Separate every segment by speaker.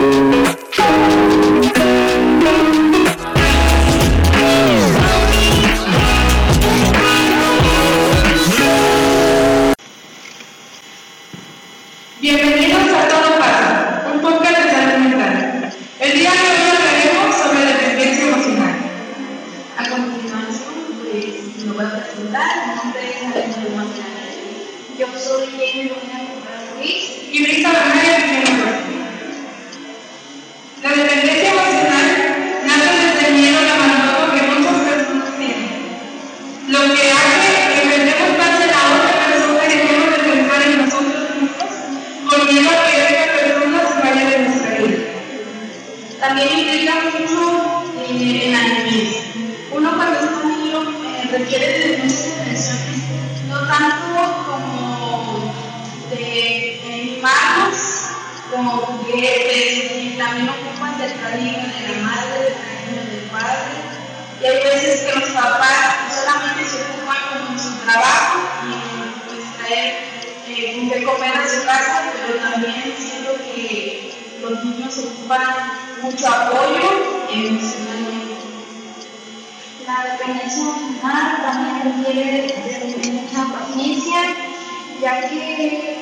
Speaker 1: Bienvenidos a Todo Pasa, un podcast de salud mental. El día de hoy hablaremos sobre dependencia emocional.
Speaker 2: A continuación, pues me voy a presentar. Mi nombre es Alejandro Martínez. Yo soy Jenny Ruiz
Speaker 1: Y Brisa Bernal y La dependencia emocional nace desde el miedo al abandono que muchas personas tienen. Lo que hace que enfrentemos más en la otra persona y dejemos de pensar en nosotros mismos por miedo a que esta persona se vaya de nuestra vida.
Speaker 2: también implica mucho en la niñez. Uno cuando es un niño requiere de muchas atenciones, no tanto como de mimarlos, como juguetes, y también ocupan del cariño de la madre, del cariño del padre. Y hay veces que los papás solamente se ocupan con su trabajo y pues traer con qué comer a su casa, pero también siento que los niños ocupan mucho apoyo emocionalmente. La dependencia emocional también requiere de mucha paciencia, ya que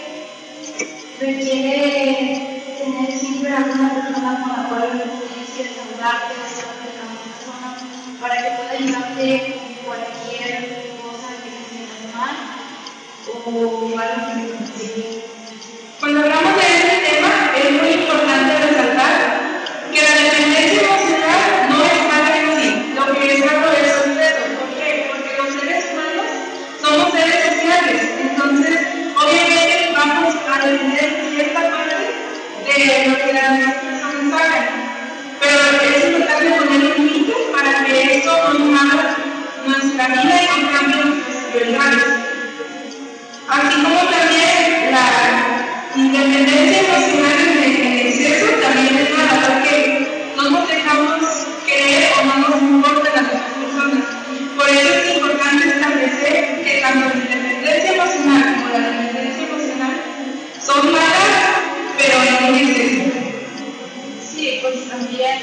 Speaker 2: requiere tener siempre alguna persona con la cual tienes que desahogarte, desahogarte de la persona, para que pueda ayudarte con cualquier cosa que te sientas mal o algo que necesites.
Speaker 1: Cuando hablamos de este tema, es muy importante resaltar que la dependencia emocional no es malo en sí. Lo que es malo es un dedo. ¿Por qué? Porque los seres humanos somos seres sociales. Entonces, obviamente, vamos a depender cierta parte de lo que las demás personas hagan. Pero es importante poner un límite para que esto no invada nuestra vida y no cambie nuestras prioridades. Así como también la independencia emocional en exceso también es una labor que no nos dejamos creer o no nos importa las otras personas. Por eso es importante establecer que tanto la independencia emocional como la dependencia emocional son malas, pero en un exceso.
Speaker 2: Sí, pues también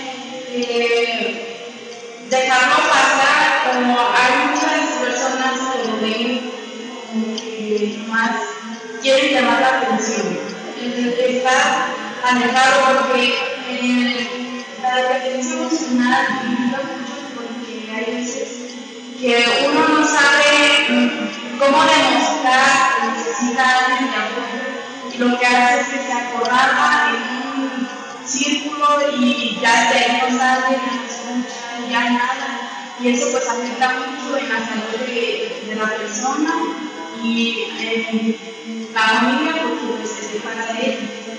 Speaker 2: dejarlo pasar, como hay muchas personas que lo ven como que más quieren llamar la atención. Está alejado porque la dependencia emocional implica mucho porque hay veces que uno no sabe cómo demostrar que necesita a alguien de apoyo y lo que hace es que se acorrala en un círculo y ya de ahí no sale, ya no escucha, ya nada. Y eso pues afecta mucho en la salud de la persona y en la familia porque pues se separa de él.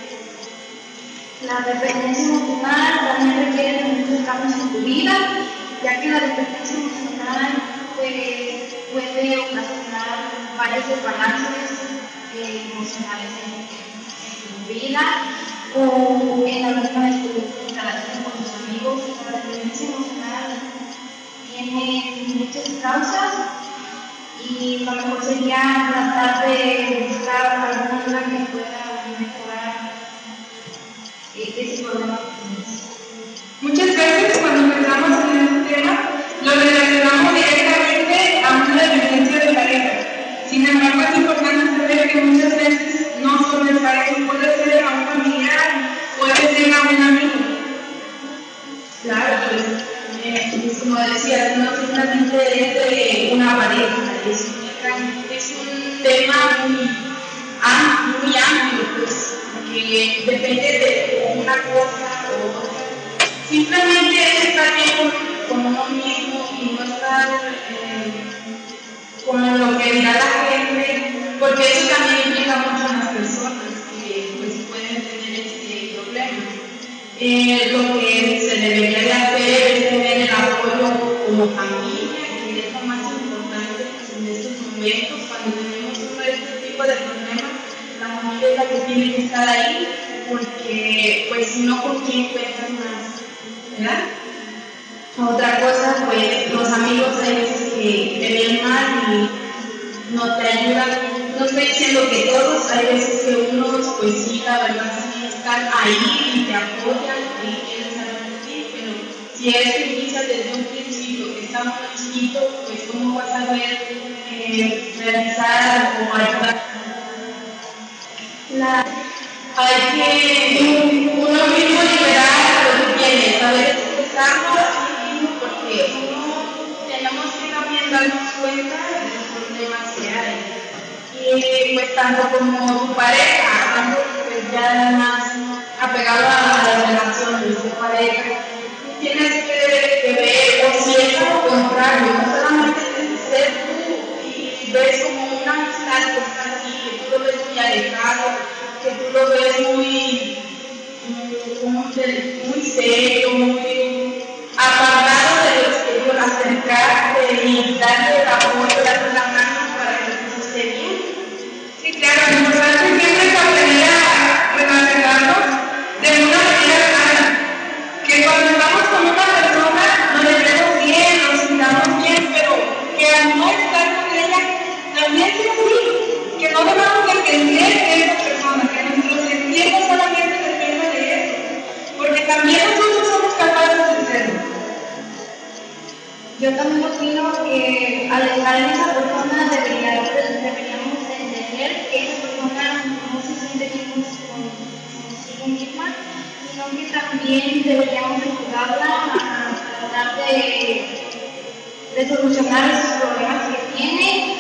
Speaker 2: La dependencia emocional también requiere de muchos cambios en tu vida, ya que la dependencia emocional pues, puede ocasionar varios desbalances emocionales en tu vida o en la misma interacción con tus amigos. La dependencia emocional tiene muchas causas y lo mejor sería tratar de buscar alguna ayuda que pueda mejorar ese problema que tienes.
Speaker 1: Muchas veces cuando pensamos en este tema, lo relacionamos directamente a una dependencia de pareja. Sin embargo, es importante saber que muchas veces no solo es pareja, puede ser a un familiar, puede ser a un amigo.
Speaker 2: Claro, pues como decía, no solamente es de una pareja, es un tema muy amplio, pues, que depende de una cosa o otra. Simplemente es estar bien con uno mismo y no estar con lo que dirá la gente, porque eso también implica mucho a las personas que pues, pueden tener este problema. Lo que se debería de hacer es tener el apoyo como familia, que es lo más importante pues, en estos momentos, cuando tenemos este tipo de problemas, la familia es la que tiene que estar ahí, porque pues si no, ¿con quién cuentas más? ¿Verdad? Otra cosa, pues los amigos hay veces que te ven mal y no te ayudan. No estoy diciendo que todos, hay veces que unos, pues sí, la verdad sí están ahí y te apoyan y quieren saber de ti, pero si eso inicia desde un principio, que está muy chiquito, pues cómo vas a ver realizar o ayudar. Hay que uno mismo liberar lo que tiene, saber expresarlo a sí mismo, porque uno tenemos que también darnos cuenta de los problemas que hay. Y pues tanto como tu pareja, tanto pues ya más apegado a las relaciones de pareja, tienes que ver o si es lo contrario, no solamente ser tú y ves como una amistad que está así, que tú lo ves muy alejado, que tú lo ves muy serio, muy apartado de lo exterior, acercarte y darle el apoyo, darle la mano para que todo esté bien.
Speaker 1: Sí, claro, lo importante siempre es aprender a relacionarnos de una manera sana. Que cuando estamos con una persona nos llevemos bien, nos sintamos bien, pero que al no estar con ella también sea así. Que no debamos depender de esa persona, que nuestro sentir no solamente dependa de eso, porque también nosotros somos capaces de hacerlo.
Speaker 3: Yo también opino que al estar en esa persona deberíamos entender que esa persona no se siente bien consigo misma, sino que también deberíamos ayudarla a tratar de solucionar esos problemas que tiene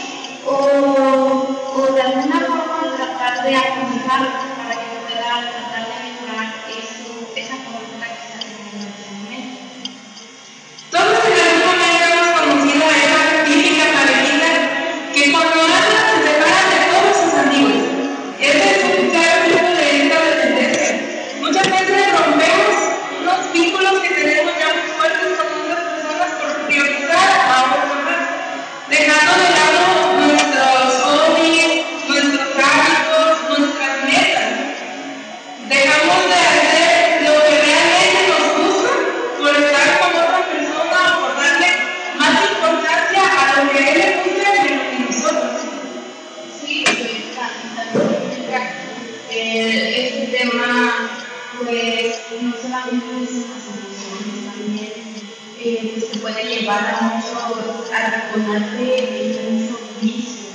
Speaker 3: o de alguna forma tratar de aconsejarla para que pueda tratar de mejorar esa conducta que está teniendo en ese momento.
Speaker 1: Todos en algún momento hemos conocido a esa típica parejita que cuando hablan se separan de todos sus amigos. Ese es un claro ejemplo de esta dependencia. Muchas veces rompemos unos vínculos que tenemos ya muy fuertes con otras personas por priorizar a otros más, dejando de lado nuestros hobbies, nuestros hábitos, nuestras metas. Dejamos de hacer lo que realmente nos gusta por estar con otra persona o por darle más importancia a lo que a él le gusta de lo que nosotros.
Speaker 2: Sí, pues también este tema, pues no solamente es las emociones, también pues, te puede llevar a mucho a reconarte en muchos vicios.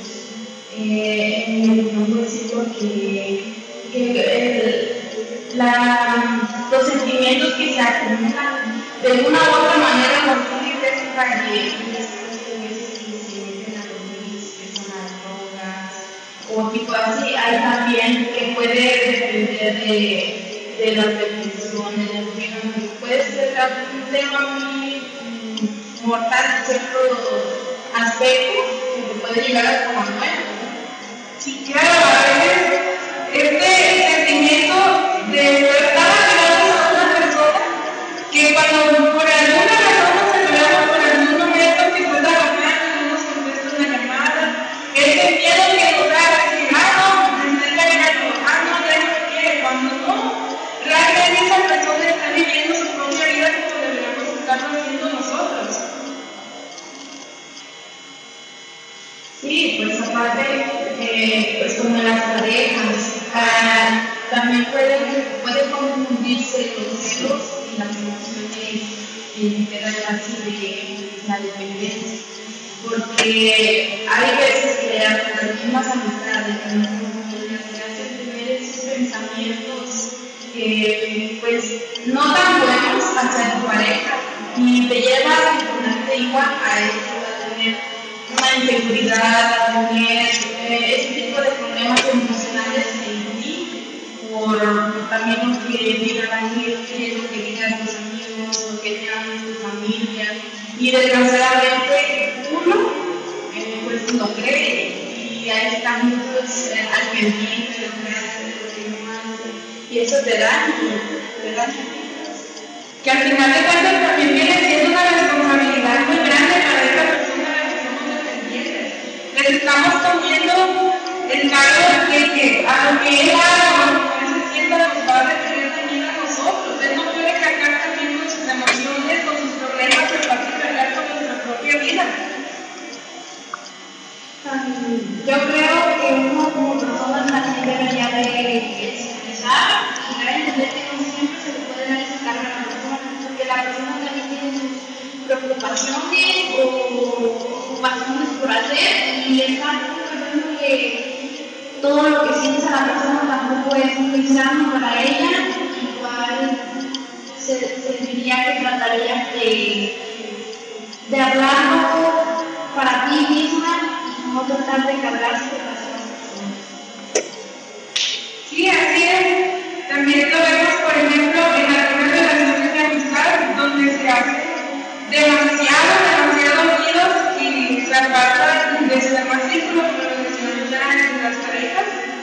Speaker 2: No puedo decir porque los sentimientos que se acumulan de una u otra manera los vives para que después de meses que se meten a dormir, se empiezan a drogas o tipo así. Hay también que puede depender de las depresiones, puede ser un tema muy mortal en cierto aspecto que te puede llegar hasta la muerte.
Speaker 1: Sí, claro, a veces este sentimiento de estar apegados a una persona que cuando por alguna razón nos separamos por algún momento que fue trabajando, no nos contesta una llamada, ese miedo que nos da a decir, no, necesita ir a trabajar, ya no me quiere, cuando no, realmente esa persona está viviendo su propia vida como deberíamos estarlo haciendo nosotros.
Speaker 2: Sí, pues aparte, pues como las parejas, también puede confundirse los celos y las emociones de la dependencia, porque hay veces que hasta las mismas amistades, te hacen tener esos pensamientos pues no tan buenos hacia tu pareja y te lleva a ponerte igual a eso, a tener una inseguridad, a tener ese tipo de problemas emocionales en ti por también lo que digan la gente, lo que digan tus amigos, lo que digan tu familia y desgraciadamente uno pues lo cree y ahí están muchos al pendiente de lo que hace, de lo que no hace y eso te daña.
Speaker 1: Que al final de cuentas también viene siendo una responsabilidad muy grande para esta persona a la que somos dependientes. Les estamos poniendo el cargo de que a lo que él haga o a lo que él se sienta nos va a detener también a nosotros. Él no puede cargar también con sus emociones, con sus problemas, pero va a cargar con nuestra propia vida.
Speaker 3: Yo creo que uno como persona también debería de expresar y dar preocupaciones o ocupaciones por hacer y estar pensando que todo lo que sientes a la persona tampoco es muy sano para ella, igual se diría que tratarías de hablarlo para ti misma y no tratar de cargarse de las otras personas.
Speaker 1: Sí, así es. También lo vemos, por ejemplo, en algunas relaciones de amistad donde se hacen demasiado unidos y se apartan de su demás círculo, como lo mencionamos ya en las parejas.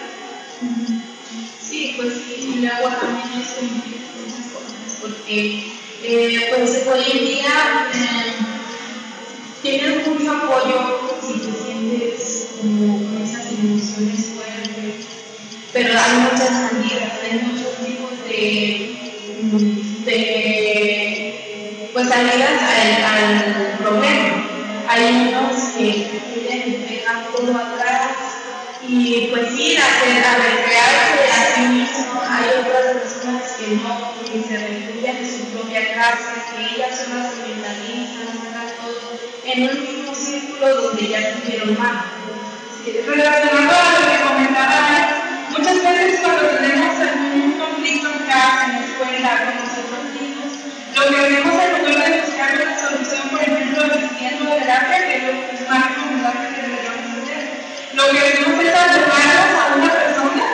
Speaker 2: Sí, pues sí, y luego también eso implica muchas cosas, porque pues hoy en día tienes mucho apoyo si te sientes como con esas emociones fuertes, pero hay muchas salidas, hay muchos tipos pues salidas al problema. Hay unos que quieren dejar todo atrás y pues sí, a recrearse a sí mismo. Hay otras personas que no, que se refugian en su propia casa, que ellas solas se mentalizan, sacan todo en un mismo círculo donde ya tuvieron más.
Speaker 1: Relacionado a lo que comentaba, muchas veces cuando tenemos algún conflicto en casa, en la escuela, con nosotros mismos, lo que hacemos en lugar de buscar una solución, por ejemplo, asistiendo a terapia, que es lo más recomendable que deberíamos hacer, lo que hacemos es abordarnos a una persona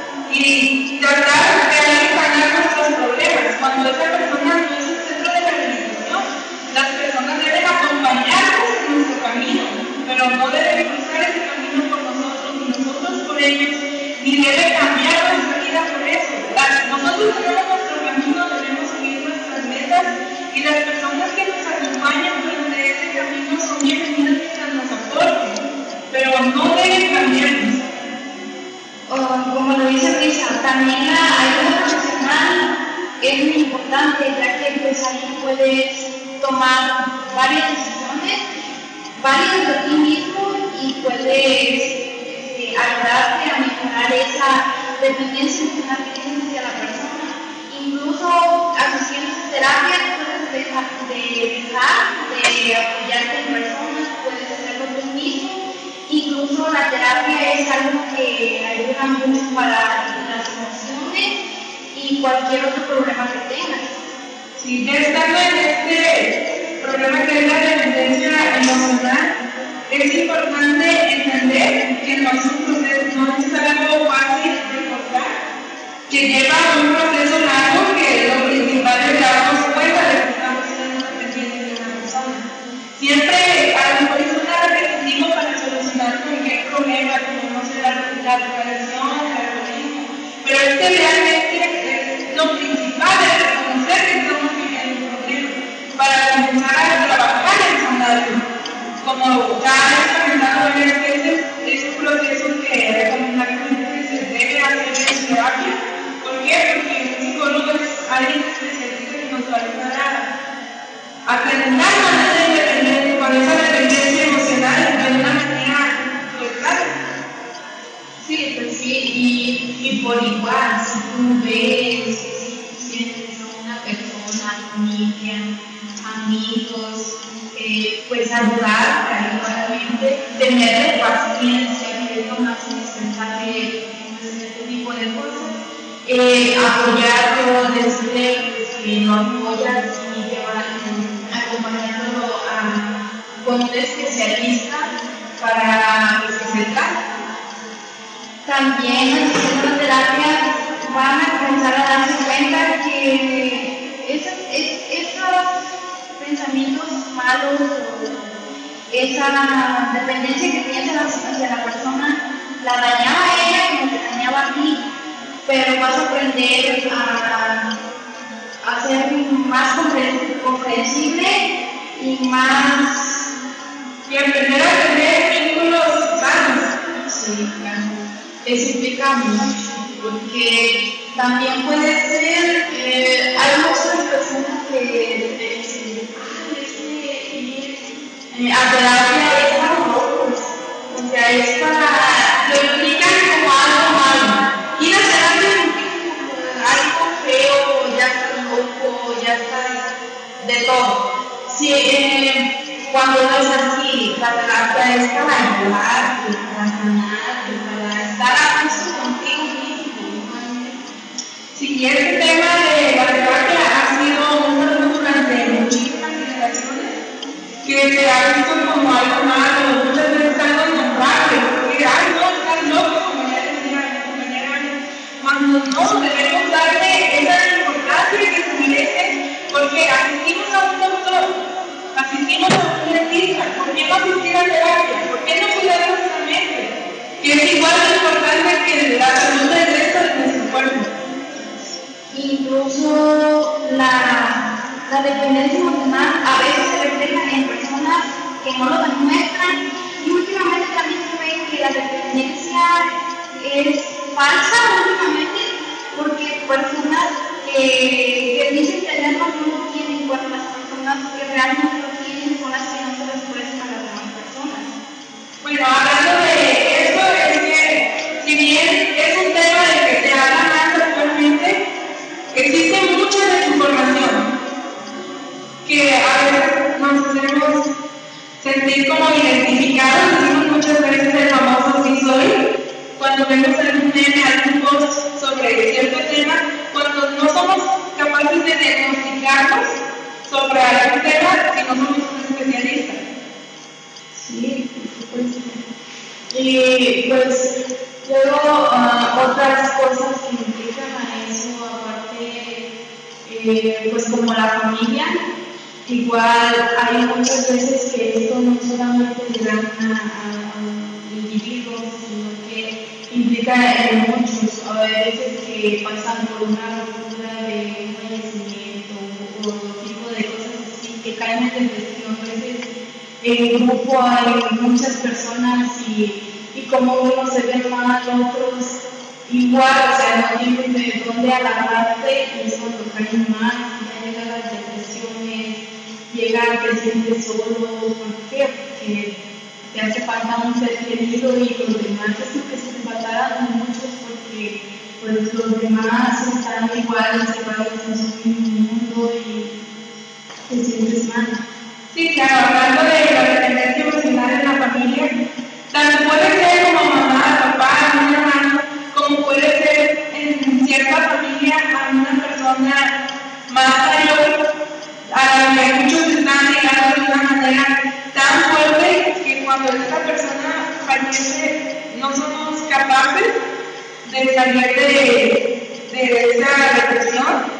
Speaker 1: y tratar de aliviar nuestros problemas, cuando esa persona no es el centro de la rehabilitación. Las personas deben acompañarnos en nuestro camino, pero no deben cruzar ese camino por nosotros, ni nosotros por ellos, ni debe cambiar nuestra vida por eso. Nosotros tenemos nuestro camino, debemos seguir nuestras metas y las personas que nos acompañan durante ese camino son bienvenidas mientras nos aporten, pero no deben cambiarnos.
Speaker 3: Como lo dice Brisa, también la ayuda profesional es muy importante, ya que pues ahí puedes tomar varias decisiones, varias de ti mismo y puedes ayudarte a mejorar esa dependencia emocional que tienes hacia la persona. Incluso asistiendo a terapia puedes dejar de apoyarte en personas, puedes hacerlo tú mismo. Incluso la terapia es algo que ayuda mucho para las emociones y cualquier otro problema que tengas.
Speaker 1: Sí, ya estando en este problema que es la dependencia emocional, es importante entender que no es un proceso, no es algo fácil de cortar, que lleva un proceso largo, que lo principal es darnos cuenta de que estamos siendo dependientes de una persona. Siempre a lo mejor es una repetitivo para solucionar cualquier problema, como no sé, la relación, el alcoholismo, pero es que realmente es lo principal es reconocer que estamos viviendo un problema para comenzar a trabajar en sanarlo. Como ya he comentado varias veces, es un proceso que recomendablemente se debe hacer en terapia. ¿Por qué? Porque un psicólogo es alguien especialista que nos va a ayudar a terminar con esa dependencia emocional de una manera total.
Speaker 2: Sí, pues sí, y por igual, si tú ves, si tú sientes a una persona, familia, amigos, pues ayudar igualmente, tenerle paciencia, que es lo más indispensable en este tipo de cosas, apoyarlo, decirle que lo apoyas y acompañándolo con un especialista para que se trate.
Speaker 3: También asistiendo a terapia van a comenzar a darse cuenta que esos pensamientos malos o esa dependencia que tienes hacia la persona la dañaba a ella como te dañaba a ti, pero vas a aprender a ser más comprensible y más
Speaker 1: Y aprender a tener vínculos sanos.
Speaker 2: Sí, claro. Eso implica mucho, porque también puede ser, hay muchas personas que dicen, a terapia es para locos, o sea, es para, lo implican como algo malo, ir a terapia implica como algo feo, o ya estás loco, o ya estás de todo. sí, cuando no es así, la terapia es para ayudar, para sanar, para estar a gusto contigo mismo.
Speaker 1: Sí, y este tema de la terapia ha sido un tabú durante muchísimas generaciones, que se ha visto como algo malo, muchas veces algo innombrable, porque, ay, no, estás loco, como ya decía mi compañera, cuando no, debemos darle esa importancia que se merece, porque asistimos a un doctor, asistimos a un dentista, ¿por qué no asistir a terapia? ¿Por qué no cuidar nuestra mente? Que es igual de importante que la salud del resto de nuestro cuerpo.
Speaker 3: Incluso la dependencia emocional a veces se refleja en personas que no lo demuestran, y últimamente también se ve que la dependencia es falsa últimamente, porque personas que dicen tenerlo no lo tienen, cuando las personas que realmente lo tienen son las que no se les prestan a las demás personas.
Speaker 1: Bueno, hablando de esto, es que si bien es un tema del que se habla más actualmente, existe mucha desinformación que a veces nos hacemos sentir como identificados, decimos muchas veces el famoso sí soy, cuando vemos algún meme, algún post sobre cierto tema, cuando no somos capaces de diagnosticarnos sobre algún tema si no somos un especialista.
Speaker 2: Sí, por supuesto. Y pues luego otras cosas que implican a eso, aparte, pues como la familia, igual hay muchas veces que esto no solamente le da a individuos, sino que implica en muchos, a veces que pasan por una ruptura de un fallecimiento o tipo de cosas así que caen en depresión, a veces en grupo hay muchas personas y como unos se ven mal, otros igual, o sea, no tienen de dónde agarrarte y eso lo caen mal, ya llegan las depresiones, llega que sientes solo, ¿por qué? Porque te hace falta un ser querido y los demás es lo que se separaron muchos porque pues los demás están igual separados en su mismo mundo y te sientes mal.
Speaker 1: Sí, claro, hablando de la dependencia emocional en la familia, tanto puede ser como mamá, papá, un hermano, como puede ser en cierta familia a una persona más mayor, a la que muchos están ligando de una manera tan fuerte que cuando esta persona fallece no somos capaces de salir de esa depresión.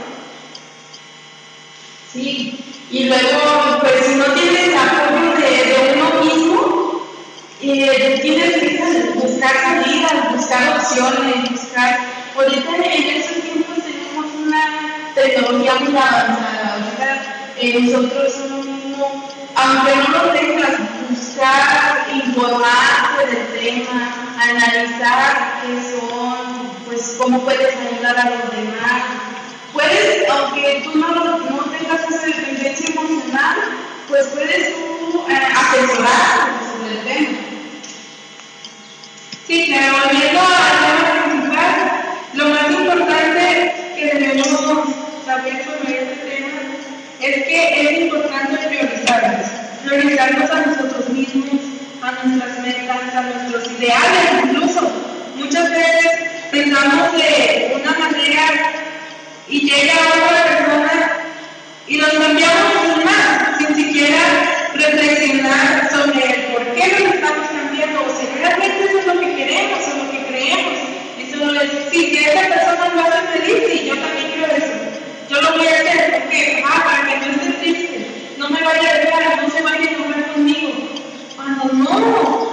Speaker 2: Sí, y luego, pues si no tienes apoyo de uno mismo, tienes que buscar salidas, buscar opciones, buscar. Ahorita en estos tiempos tenemos una tecnología muy avanzada. Ahorita nosotros uno mismo, aunque no lo tengas, buscar, informarte del tema, analizar qué son, pues cómo puedes ayudar a los demás. Puedes, aunque tú no tengas esa dependencia emocional, pues puedes tú asesorar sobre el tema.
Speaker 1: Sí, claro, volviendo al tema principal, lo más importante que debemos saber sobre este tema es que es importante priorizarnos a nosotros mismos, a nuestras metas, a nuestros ideales incluso. Muchas veces pensamos de una manera y llega otra persona y nos cambiamos sin más, sin siquiera reflexionar sobre el por qué nos estamos cambiando, o si realmente eso es lo que queremos o lo que creemos. Y solo es, sí, que esa persona lo hace feliz, sí, yo también quiero eso. Yo lo voy a hacer, ¿por qué? Para que no esté triste, no me vaya a dejar, no se vaya a enojar conmigo. Cuando no,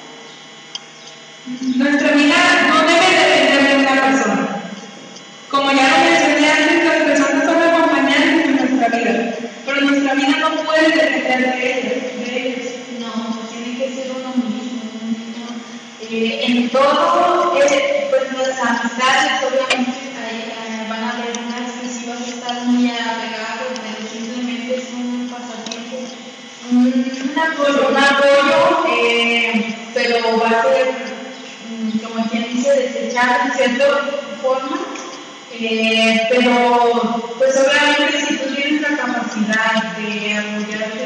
Speaker 1: nuestra vida no debe depender de una persona. Como ya lo mencioné antes, las personas son acompañantes de nuestra vida, pero nuestra vida no puede depender de ellos.
Speaker 2: No, tiene que ser uno mismo. En todo, pues las amistades, obviamente, van a haber unas que sí van a estar muy apegadas, pero simplemente es un pasatiempo, un apoyo, pero va a ser, como quien dice, desechar de cierta forma. Pero pues obviamente si tú tienes la capacidad de apoyarte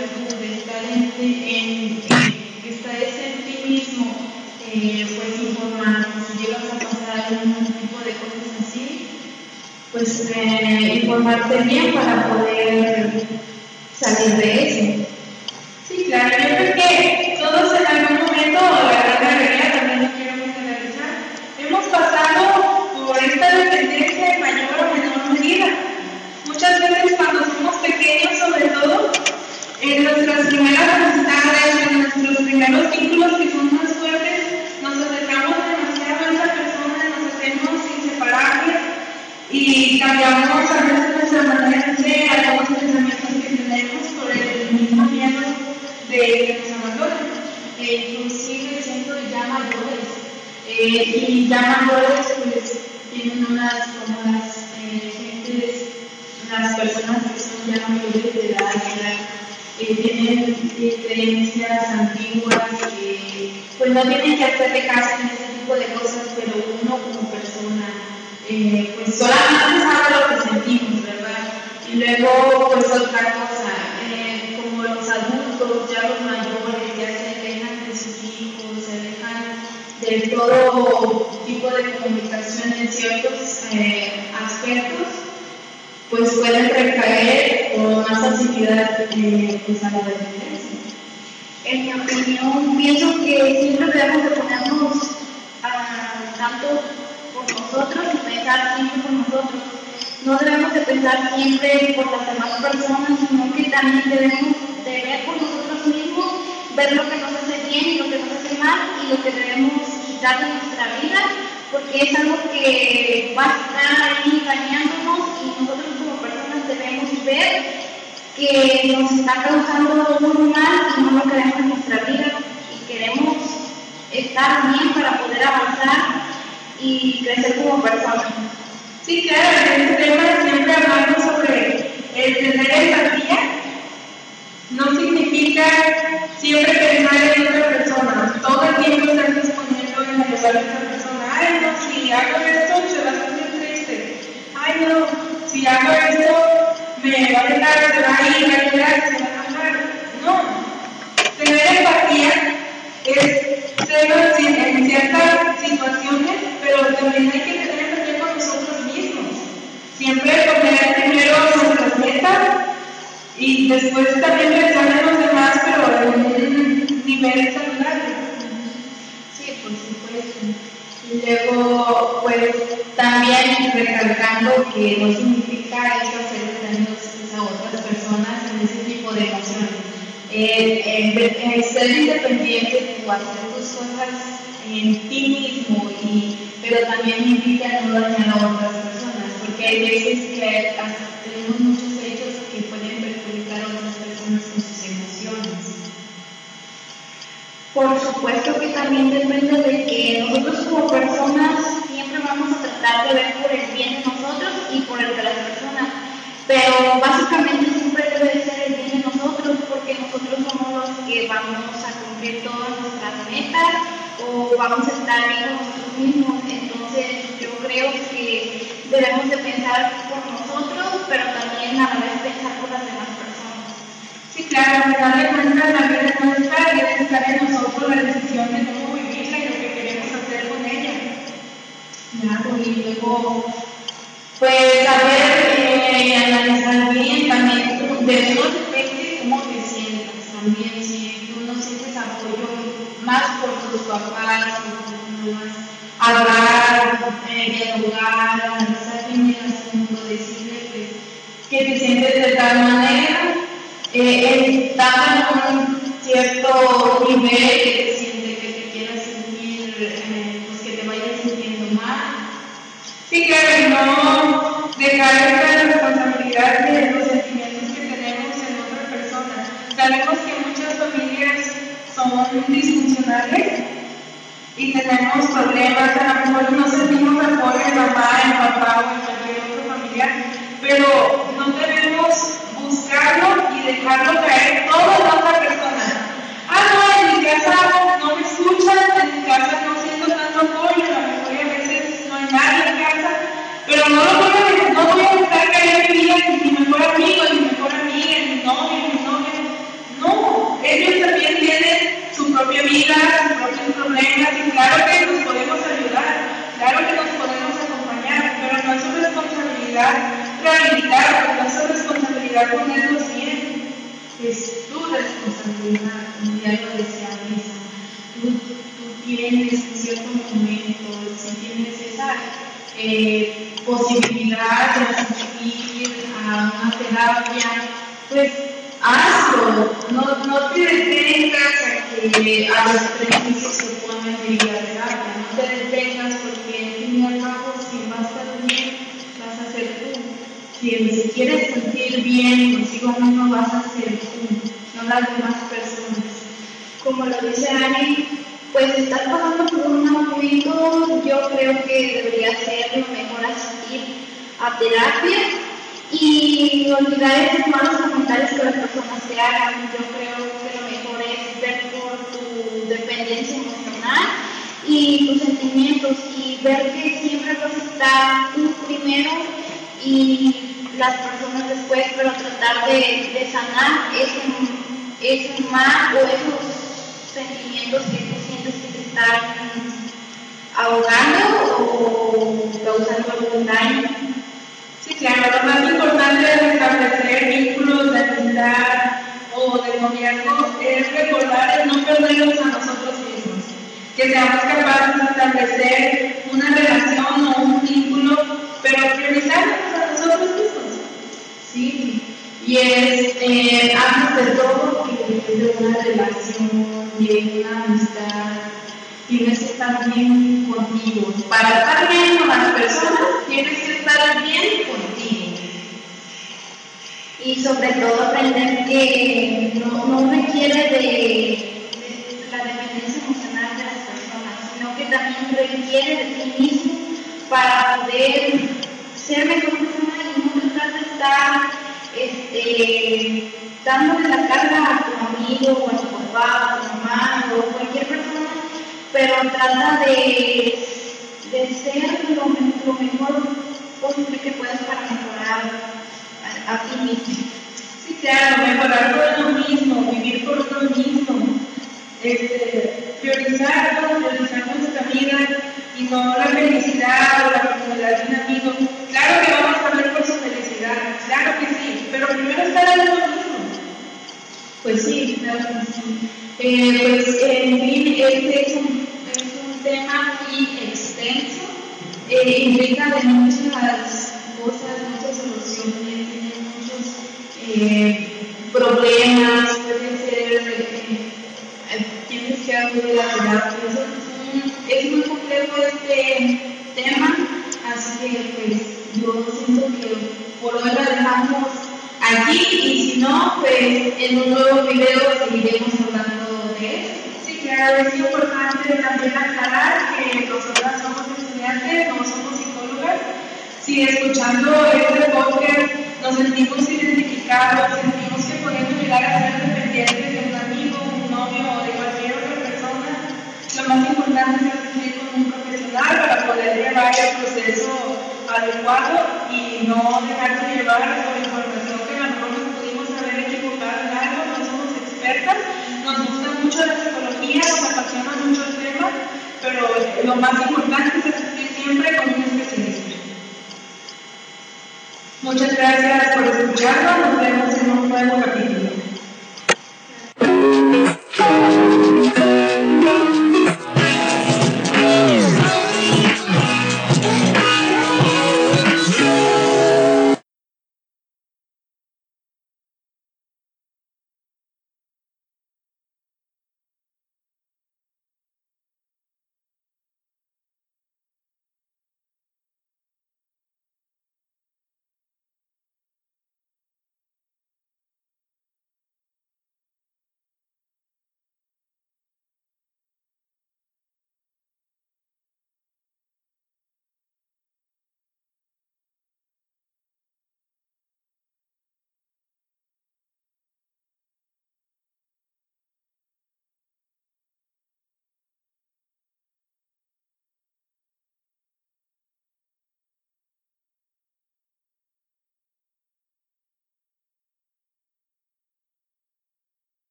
Speaker 2: informarse bien para poder salir de eso.
Speaker 1: Sí, claro, yo creo que todos en algún momento, o la gran mayoría, también lo quiero generalizar, hemos pasado por esta dependencia en mayor o menor medida. Muchas veces cuando somos pequeños, sobre todo, en nuestras primeras amistades, en nuestros primeros vínculos que son más fuertes, nos acercamos demasiado a esa persona, nos hacemos inseparables y cambiamos a veces nuestra manera de ser, algunos pensamientos que tenemos por el mismo miedo de que nos abandonen.
Speaker 2: Inclusive siendo ya mayores, y ya mayores pues tienen como las gentes, las personas que son ya mayores de edad, tienen creencias antiguas que pues no tienen que hacerle caso en ese tipo de cosas, pero uno como persona pues solamente sabe lo que sentimos, ¿verdad? Y luego pues otra cosa, como los adultos, ya los mayores, ya se alejan de sus hijos, se alejan de todo tipo de comunicación en ciertos aspectos, pues pueden recaer con más facilidad pues a la dependencia.
Speaker 3: En mi opinión, pienso que siempre debemos de ponernos tanto por nosotros y pensar siempre por nosotros. No debemos de pensar siempre por las demás personas, sino que también debemos de ver por nosotros mismos, ver lo que nos hace bien y lo que nos hace mal y lo que debemos quitar de nuestra vida, porque es algo que va a estar ahí dañándonos y nosotros como personas debemos ver que nos está causando un mal y no lo queremos en nuestra vida y queremos estar bien para poder avanzar y crecer como personas.
Speaker 1: Sí, claro, en este tema siempre hablamos sobre el tener empatía. No significa siempre pensar en otra persona, todo el tiempo estar disponiendo en el lugar de otra persona. Ay, no, si hago esto se va a sentir triste. Ay, no, si hago esto me va a dejar, se va a ir, va a llorar, se va a enojar. No, tener empatía es ser en ciertas situaciones, pero también hay que tener empatía con nosotros mismos. Siempre poner primero nuestras metas y después también pensar en los demás, pero en un nivel saludable.
Speaker 2: Sí, por supuesto. Y luego, pues también recalcando que no significa eso hacer daños a otras personas en ese tipo de emociones. Ser independiente o hacer tus cosas en ti mismo, pero también implica no dañar a otras personas, porque hay veces que tenemos muchos hechos que pueden perjudicar a otras personas con sus emociones.
Speaker 3: Por supuesto que también depende de que nosotros como personas siempre vamos a tratar de ver por el bien de nosotros y por el de las personas, pero básicamente siempre debe de ser el bien de nosotros porque nosotros somos los que vamos a cumplir todas nuestras metas o vamos a estar bien con nosotros mismos. Entonces yo creo que debemos de pensar por nosotros, pero también a la vez pensar por las demás personas.
Speaker 1: Sí, claro, al final de cuentas la vida es nuestra y debe estar en nosotros la decisión de cómo vivirla y lo que queremos hacer con ella.
Speaker 2: Claro, y luego, pues, saber y analizar bien también, de eso depende cómo te sientas también, si tú no sientes apoyo más por tus papás, por tus mamás, hablar, dialogar, analizar bien el asunto, decirle pues, que te sientes de tal manera, estando en un cierto nivel que te siente, que te quieras sentir, pues que te vayas sintiendo mal.
Speaker 1: Sí, claro, y no dejar esta responsabilidad de los sentimientos que tenemos en otra persona. Sabemos que muchas familias son disfuncionales y tenemos problemas, a lo mejor no sentimos apoyo en mamá, en papá o en cualquier otro familiar, pero no debemos buscarlo y dejarlo caer todo en otra persona. Ah, no, en mi casa no me escuchan, en mi casa no siento tanto apoyo, a lo mejor a veces no hay nadie en casa, pero no voy a dejar caer mi vida en mi mejor amigo, en mi mejor amiga, en mi novio, en mi novia. No, ellos también tienen su propia vida, sus propios problemas, y claro que nos podemos ayudar, claro que nos podemos acompañar, pero no es su responsabilidad rehabilitar, porque no es tu responsabilidad ponerlos bien, es tu responsabilidad, como ya lo decía Lisa. Tú tienes en cierto momento, si tienes esa posibilidad de asistir a una terapia, pues hazlo, no te detengas a los prejuicios que ponen de ir a terapia, no te detengas porque al fin y al cabo si vas a estar bien, vas a ser tú. Si quieres sentir bien consigo mismo, vas a ser tú, no las demás personas.
Speaker 3: Como lo dice Ani, pues estás pasando por un momento, yo creo que debería ser lo mejor asistir a terapia y olvidar esos malos comentarios que las personas te hagan. Yo creo que lo mejor es ver por tu dependencia emocional y tus sentimientos y ver que siempre vas a estar tú primero y las personas después, pero tratar de sanar ese mal o esos sentimientos que tú sientes que te están ahogando o causando algún daño.
Speaker 1: Sí, claro, lo más importante es establecer vínculos de amistad o de noviazgo es recordar el no perdernos a nosotros mismos, que seamos capaces de establecer una relación o un vínculo, pero priorizarnos a nosotros mismos. Sí, y es antes de todo que es de una relación, de una amistad, tienes que estar bien contigo. Para estar bien con las personas, tienes que estar bien contigo.
Speaker 3: Y sobre todo aprender que no requiere de la dependencia emocional de las personas, sino que también requiere de ti mismo para poder ser mejor persona y no tratar de estar dándole la carga a tu amigo o a tu papá, a tu mamá o cualquier persona, pero trata de ser lo mejor posible que puedas para mejorar a ti mismo.
Speaker 1: Sí, claro, mejorar por uno mismo, vivir por uno mismo, priorizar nuestra vida y no la felicidad o la felicidad de un amigo. Claro que vamos a ver por su felicidad, claro que sí, pero primero estar en uno mismo. Pues sí, claro que sí. Pues en fin, este es un tema muy extenso, implica de muchas cosas, muchas soluciones, tiene muchos problemas, puede ser, tienes que acudir a terapia. Es muy complejo este tema, así que pues yo siento que por hoy la dejamos aquí y si no, pues en un nuevo video seguiremos hablando de esto. Sí, claro, es importante también aclarar que nosotras somos estudiantes, no somos psicólogas. Si escuchando este podcast nos sentimos identificados, sentimos que podemos llegar a ser dependientes de un amigo, un novio o de cualquier otra persona, lo más importante es asistir con un profesional para poder llevar el proceso adecuado y no dejarse llevar por información que a lo mejor nos pudimos haber equivocado en algo, no somos expertas, nos gusta mucho la psicología, nos apasiona mucho el tema, pero lo más importante es asistir siempre con un especialista. Muchas gracias por escucharnos, nos vemos en un nuevo capítulo.